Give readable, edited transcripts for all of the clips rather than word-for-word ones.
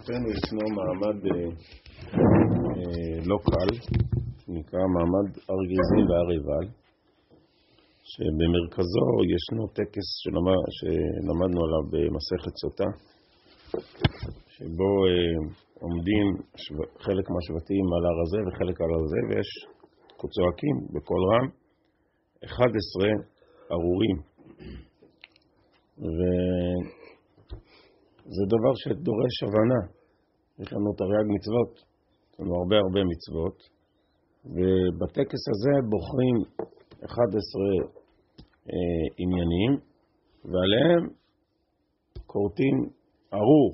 אצלנו ישנו מעמד לא קל, נקרא מעמד הר גריזים והר עיבל, שבמרכזו ישנו טקס שלמדנו עליו במסכת סוטה, שבו עומדים חלק מהשבטים על הר הזה וחלק על הר הזה, ויש צועקים בקול רם 11 ארורים, וזה דבר שדורש הבנה. יש לנו תרי"ג מצוות, יש לנו הרבה מצוות, ובטקס הזה בוחרים 11 עניינים, ועליהם קוראים ארור,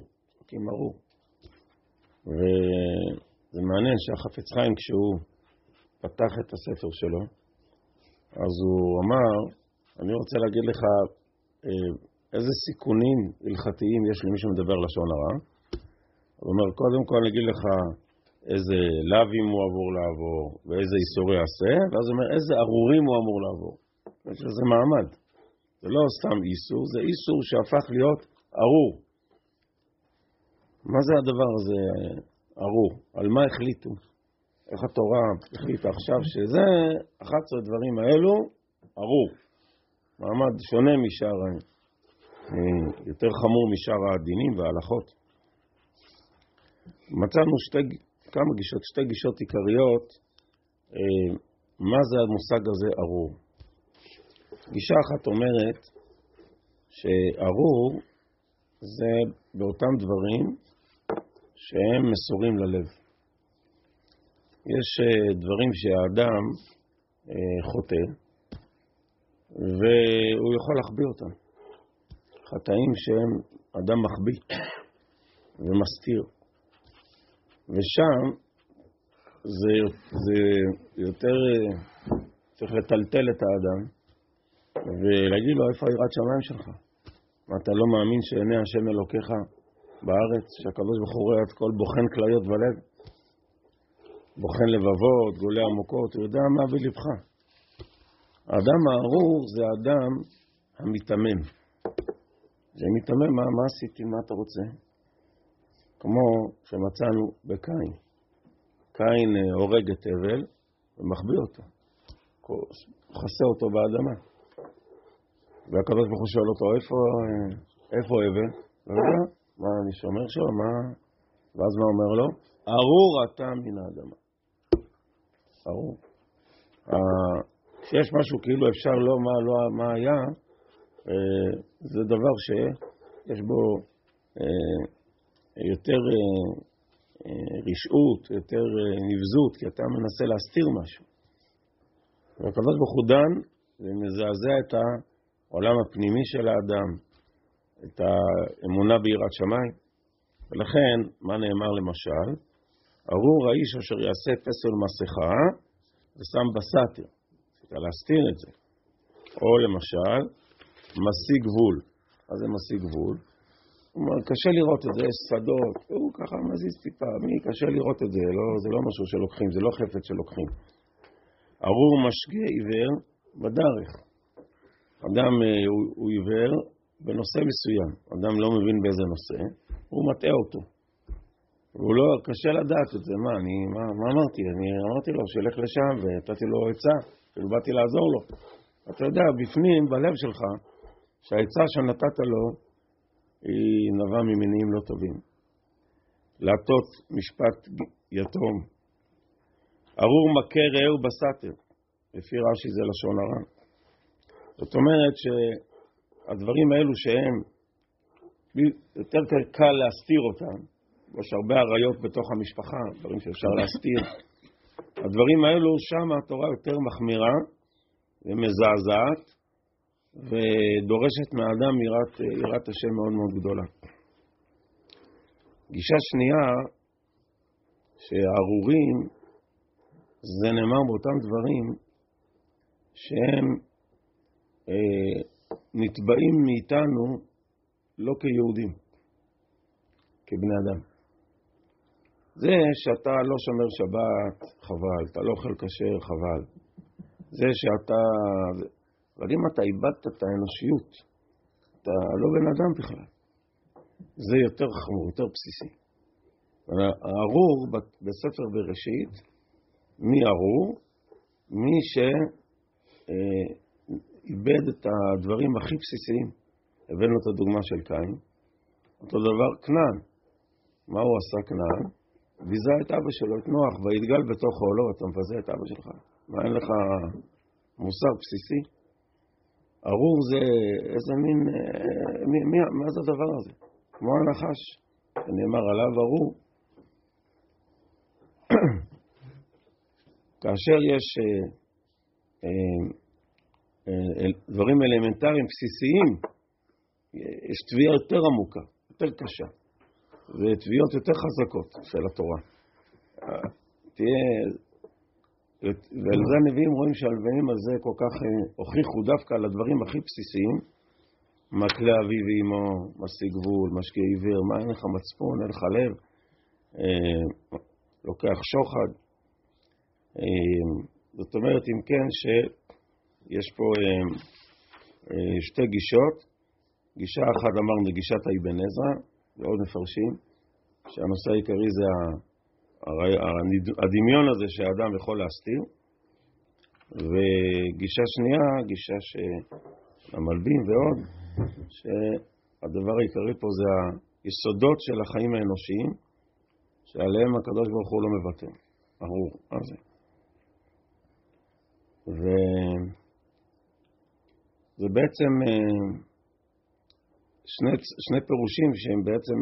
וזה מעניין שהחפץ חיים כשהוא פתח את הספר שלו, אז הוא אמר, אני רוצה להגיד לך איזה סיכונים הלכתיים יש למי שמדבר לשון הרע. הוא אומר, קודם כל אני אגיד לך איזה לאווים הוא אמור לעבור ואיזה איסור יעשה, ואז הוא אומר איזה ארורים הוא אמור לעבור. זה מעמד, זה לא סתם איסור, זה איסור שהפך להיות ארור. מה זה הדבר הזה ארור? על מה החליטו? איך התורה החליטה עכשיו שזה 11 דברים האלו ארור. מעמד שונה משאר, יותר חמור משאר הדינים וההלכות. מצאנו שתי גישות עיקריות, מה זה המושג הזה ארור. גישה אחת אומרת שארור זה באותם דברים שהם מסורים ללב. יש דברים שהאדם חוטא והוא יכול להחביא אותם. חטאים שהם אדם מחביא ומסתיר. ושם זה יותר צריך לטלטל את האדם ולהגיד לו איפה יראת שמיים שלך? מה, אתה לא מאמין שעיני השם אלוקיך בארץ, שהקדוש ברוך הוא רואה את כל בוחן כליות ולב, בוחן לבבות, גולה עמוקות, הוא יודע מה בלבך. האדם הארור זה האדם המתאמם. זה מתאמם, מה עשיתי, מה אתה רוצה? כמו שמצאנו בקין. קין הורג את הבל ומחביא אותו. חסה אותו באדמה. והקדוש ברוך הוא שואל אותו, איפה הבל? לא יודע, מה אני שומר שלו? ואז מה אומר לו? ארור אתה מן האדמה. ארור. כשיש משהו כאילו אפשר מה היה, זה דבר שיש בו יותר רשעות, יותר נבזות, כי אתה מנסה להסתיר משהו. והקדוש ברוך הוא דן ומזעזע את העולם הפנימי של האדם, את האמונה ביראת שמיים. ולכן, מה נאמר למשל? ארור האיש אשר יעשה פסל מסכה ושם בסתר, כדי להסתיר את זה. או למשל, משיג גבול. אז זה משיג גבול. הוא אומר, קשה לראות את זה, יש שדות, הוא ככה מזיז טיפה, קשה לראות את זה, זה לא משהו שלוקחים, זה לא חפץ שלוקחים. ארור משגה עיוור בדרך. אדם הוא עיוור בנושא מסוים, אדם לא מבין באיזה נושא, הוא מטעה אותו. והוא לא, קשה לדעת את זה, מה אמרתי? אני אמרתי לו שילך לשם ונתתי לו עצה, כאילו באתי לעזור לו. אתה יודע, בפנים, בלב שלך, שהעצה שנתת לו, היא נבעה ממניעים לא טובים. להטות משפט יתום. ארור מכה רעהו בסתר. לפי רש"י זה לשון הרע. זאת אומרת שהדברים האלו שהם יותר קל להסתיר אותם, יש הרבה עריות בתוך המשפחה, דברים שאפשר להסתיר. הדברים האלו שם התורה יותר מחמירה ומזעזעת, ודורשת מהאדם יראת השם מאוד מאוד גדולה. גישה שנייה, שהארורים זה נאמר באותם דברים שהם נתבעים מאיתנו לא כיהודים, כבני אדם. זה שאתה לא שומר שבת, חבל, אתה לא אוכל כשר, חבל. זה שאתה, אבל אם אתה איבדת את האנושיות, אתה לא בן אדם בכלל. זה יותר חמור, יותר בסיסי. הארור בספר בראשית, מי ארור? מי שאיבד את הדברים הכי בסיסיים. הבאנו את הדוגמה של קין. אותו דבר כנען. מה הוא עשה כנען? ביזה את אבא שלו, את נוח, והתגל בתוכו, לא, אתה מבזה את אבא שלך. מה, אין לך מוסר בסיסי? ארור זה איזה מין, מה זה הדבר הזה? כמו הנחש, שנאמר עליו ארור. כאשר יש דברים אלמנטריים בסיסיים, יש תביעה יותר עמוקה, יותר קשה, ותביעות יותר חזקות של התורה. ועל זה הנביאים רואים שהלוויים הזה כל כך הוכיחו דווקא על הדברים הכי בסיסיים, מקלה אבי ואמו, משיג גבול, משקיע עיוור, מה אין לך מצפון, אין לך לב, לוקח שוחד. זאת אומרת, אם כן, שיש פה שתי גישות. גישה אחת אמרנו, גישת האבן עזרא, ועוד מפרשים, שהנושא העיקרי זה הדמיון הזה שהאדם יכול להסתיר. וגישה שנייה, גישה שהמלבים ועוד, שהדבר העיקרי פה זה היסודות של החיים האנושיים, שעליהם הקדוש ברוך הוא לא מוותר. ארור, מה זה? וזה בעצם שני פירושים שהם בעצם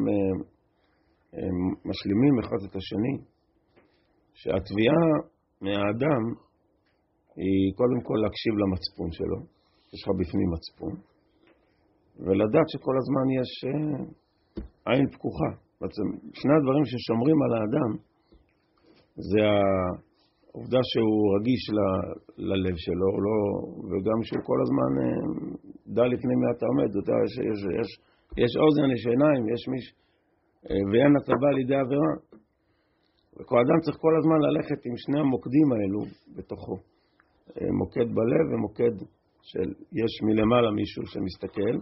משלימים אחד את השני. שהתביעה מהאדם היא קודם כל להקשיב למצפון שלו, יש לך בפנים מצפון, ולדעת שכל הזמן יש עין פקוחה. בעצם שני הדברים ששומרים על האדם זה העובדה שהוא רגיש ללב שלו, וגם שהוא כל הזמן דע לפני מי אתה עומד. אתה יודע, יש אוזן, יש עיניים, יש ואין אתה בא לידי עבירה. וכל אדם צריך כל הזמן ללכת עם שני המוקדים האלו בתוכו. מוקד בלב ומוקד יש מלמעלה מישהו שמסתכל.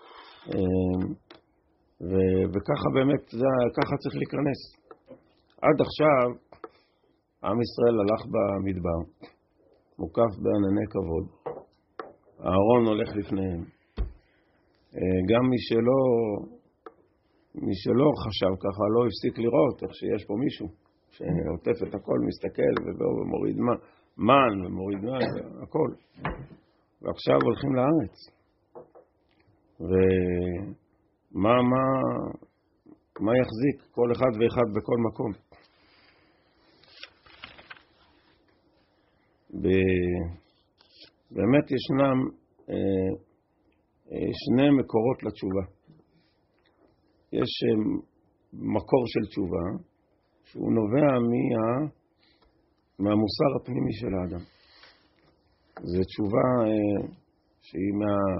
וככה באמת, ככה צריך להיכנס. עד עכשיו, עם ישראל הלך במדבר, מוקף בענני כבוד. הארון הולך לפניהם. גם מי שלא חשב ככה, לא הפסיק לראות איך שיש פה מישהו שעוטף את הכל, מסתכל ומוריד מן ומוריד הכל. ועכשיו הולכים לארץ. ומה יחזיק כל אחד ואחד בכל מקום? באמת ישנם שני מקורות לתשובה. יש מקור של תשובה שהוא נובע מהמוסר הפנימי של האדם. זו תשובה שהיא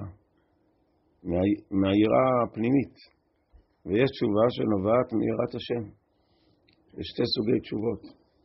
מהיראה הפנימית, ויש תשובה שנובעת מיראת השם. יש שתי סוגי תשובות.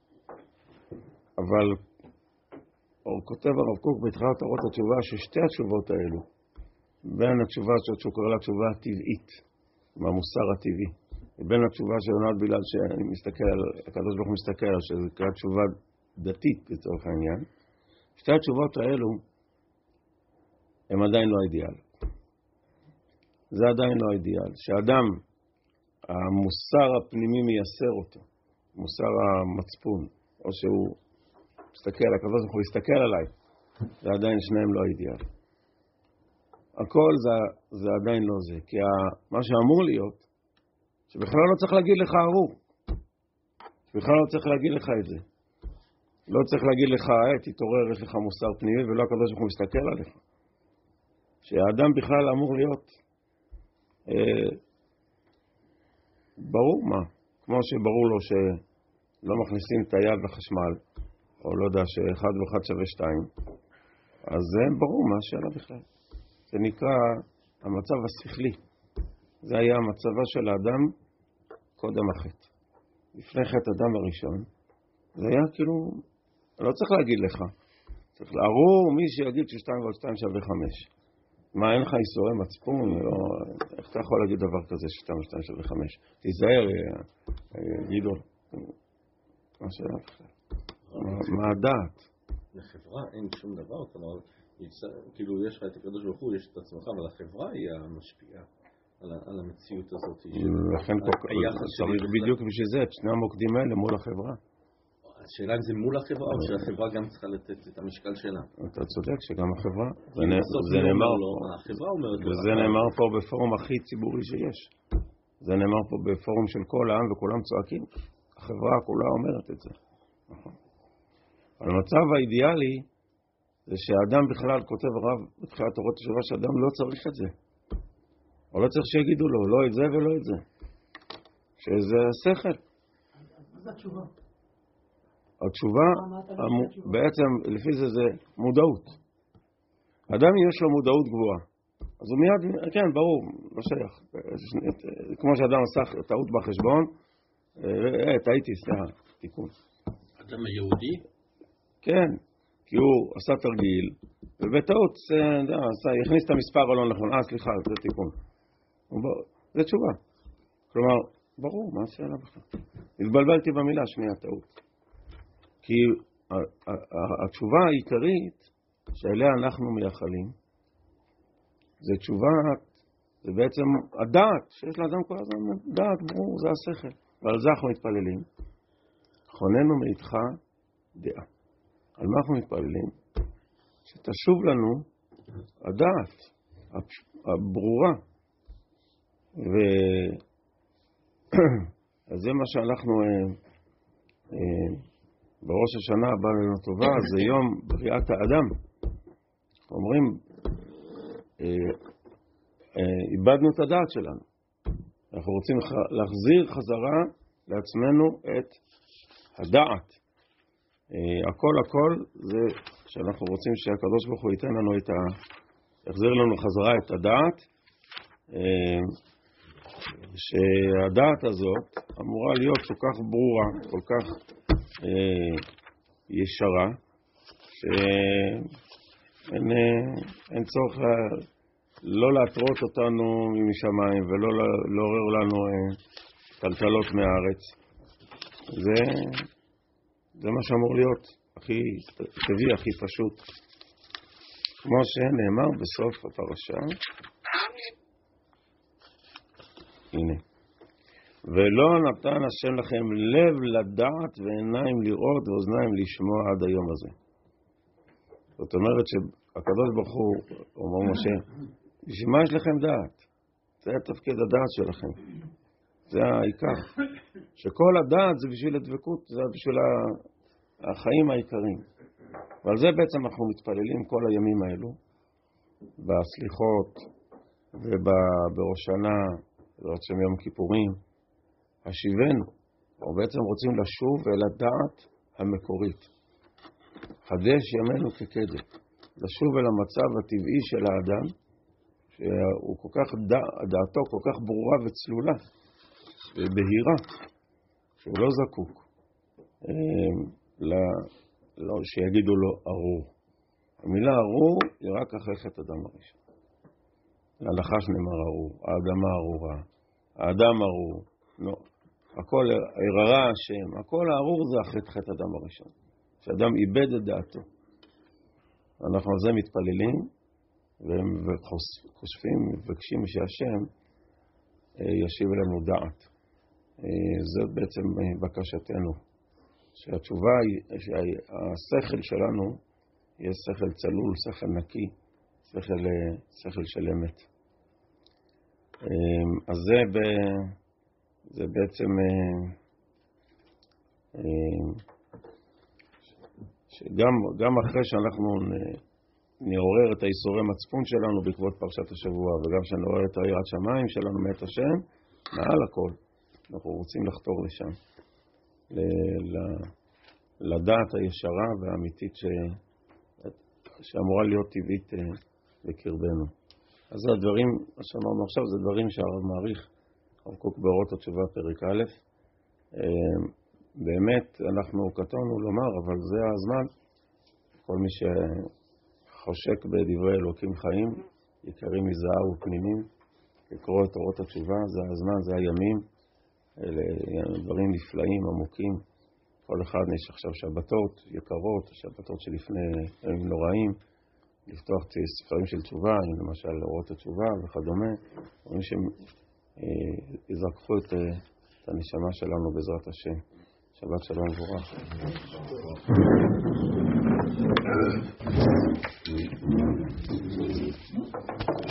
אבל כותב הרב קוק בתחילת אורות התשובה ששתי התשובות האלו, בין התשובה שהוא קורא לה תשובה הטבעית, מהמוסר הטבעי, ובין התשובה שנולד בגלל הקדוש ברוך הוא מסתכל, שזה קרא תשובה דתית לצורך העניין, שתי התשובות האלו הם עדיין לא האידיאל. זה עדיין לא האידיאל. שאדם, המוסר הפנימי מייסר אותו, מוסר המצפון, או שהוא מסתכל, הקדוש ברוך הוא יסתכל עליי, זה עדיין שניהם לא האידיאל. הכל זה עדיין לא זה, כי מה שאמור להיות, שבכלל לא צריך להגיד לך ארור, שבכלל לא צריך להגיד לך את זה. לא צריך להגיד לך, תתעורר, יש לך מוסר פנימי, ולא הקדוש ברוך הוא מסתכל עליך. שהאדם בכלל אמור להיות ברור מה, כמו שברור לו שלא מכניסים את היד לחשמל, או לא יודע שאחד ואחד שווה 2, אז זה ברור מה השאלה בכלל. זה נקרא המצב השכלי. זה היה המצבה של האדם קודם החטא. לפני חטא אדם הראשון, זה היה כאילו, לא צריך להגיד לך. צריך לארור מי שיגיד ש2 ועוד 2 שווה 5. מה, אין לך איסורי מצפון? איך אתה יכול להגיד דבר כזה 2, 2, 3, 5? תיזהר, גדעון. מה שאלה בכלל? מה הדעת? לחברה אין שום דבר, כלומר, כאילו יש לך את הקדוש ברוך הוא, יש את עצמך, אבל החברה היא המשפיעה על המציאות הזאת. לכן צריך בדיוק בשביל זה, את שני המוקדים האלה מול החברה. השאלה אם זה מול החברה, או שהחברה גם צריכה לתת את המשקל שלה. אתה צודק שגם החברה. זה נאמר פה. החברה אומרת לו. וזה נאמר פה בפורום הכי ציבורי שיש. זה נאמר פה בפורום של כל העם וכולם צועקים. החברה כולה אומרת את זה. נכון. אבל המצב האידיאלי זה שהאדם בכלל כותב רב בתחילת אורות התשובה שאדם לא צריך את זה. או לא צריך שיגידו לו, לא את זה ולא את זה. שזה השכל. מה זה התשובה? התשובה, בעצם לפי זה זה מודעות. אדם יש לו מודעות גבוהה. אז הוא מיד, כן, ברור, לא שייך. כמו שאדם עשה טעות בחשבון, טעיתי, סליחה, תיקון. אדם היהודי? כן, כי הוא עשה תרגיל, ובטעות הכניס את המספר הלא נכון. סליחה, זה תיקון. זה תשובה. כלומר, ברור, מה השאלה בכלל? התבלבלתי במילה שנייה טעות. כי התשובה העיקרית שאליה אנחנו מייחלים, זה תשובה, זה בעצם הדעת, שיש לאדם כל הזמן דעת, ברור, זה השכל. ועל זה אנחנו מתפללים. חוננו מאיתך דעה. על מה אנחנו מתפללים? שתשוב לנו הדעת, הברורה. אז זה מה שאנחנו בראש השנה הבא לנו טובה, זה יום בריאת האדם. אומרים, איבדנו את הדעת שלנו. אנחנו רוצים להחזיר חזרה לעצמנו את הדעת. הכל זה שאנחנו רוצים שהקדוש ברוך הוא ייתן לנו יחזיר לנו חזרה את הדעת, שהדעת הזאת אמורה להיות כל כך ברורה, כל כך ישרה, שאין צורך לא להטרות אותנו משמיים ולא לעורר לנו טלטלות מהארץ. זה מה שאמור להיות הכי טבעי, הכי פשוט. כמו שנאמר בסוף הפרשה, הנה, ולא נתן השם לכם לב לדעת ועיניים לראות ואוזניים לשמוע עד היום הזה. זאת אומרת שהקדוש ברוך הוא אומר משה, בשביל מה יש לכם דעת? זה התפקיד הדעת שלכם. זה העיקר. שכל הדעת זה בשביל הדבקות, זה בשביל החיים העיקריים. ועל זה בעצם אנחנו מתפללים כל הימים האלו, בסליחות ובראש שנה, בעצם יום כיפורים, השיבנו, או בעצם רוצים לשוב אל הדעת המקורית. חדש ימינו כקדם. לשוב אל המצב הטבעי של האדם, שהוא כל כך, דעתו כל כך ברורה וצלולה, ובהירה, שהוא לא זקוק, שיגידו לו ארור. המילה ארור היא רק אחרי חטא אדם הראשון. לנחש נאמר ארור, האדמה ארורה, האדם ארור, לא. הכל הררה השם, הכל הארור זה אחרי חטא אדם הראשון. שאדם איבד את דעתו. אנחנו על זה מתפללים, וחושבים, מבקשים שהשם ישיב לנו דעת. זאת בעצם בקשתנו. שהתשובה היא, שהשכל שלנו יהיה שכל צלול, שכל נקי, שכל של אמת. אז זה בעצם שגם אחרי שאנחנו נעורר את האיסורי מצפון שלנו בעקבות פרשת השבוע, וגם שנעורר את יראת שמיים שלנו מאת השם, מעל הכל אנחנו רוצים לחתור לשם, לדעת הישרה והאמיתית שאמורה להיות טבעית בקרבנו. אז הדברים שאמרנו עכשיו זה דברים שהרב מעריך, הרב קוק באורות התשובה פרק א'. באמת אנחנו קטנו לומר, אבל זה הזמן. כל מי שחושק בדברי אלוקים חיים יקרים מזהב ופנינים, לקרוא את אורות התשובה. זה הזמן, זה הימים, אלה דברים נפלאים, עמוקים. כל אחד יש עכשיו שבתות יקרות, שבתות שלפני ימים נוראים, לפתוח ספרים של תשובה, למשל אורות התשובה וכדומה, דברים שיזרקחו את הנשמה שלנו בעזרת השם. שבת שלום וברך.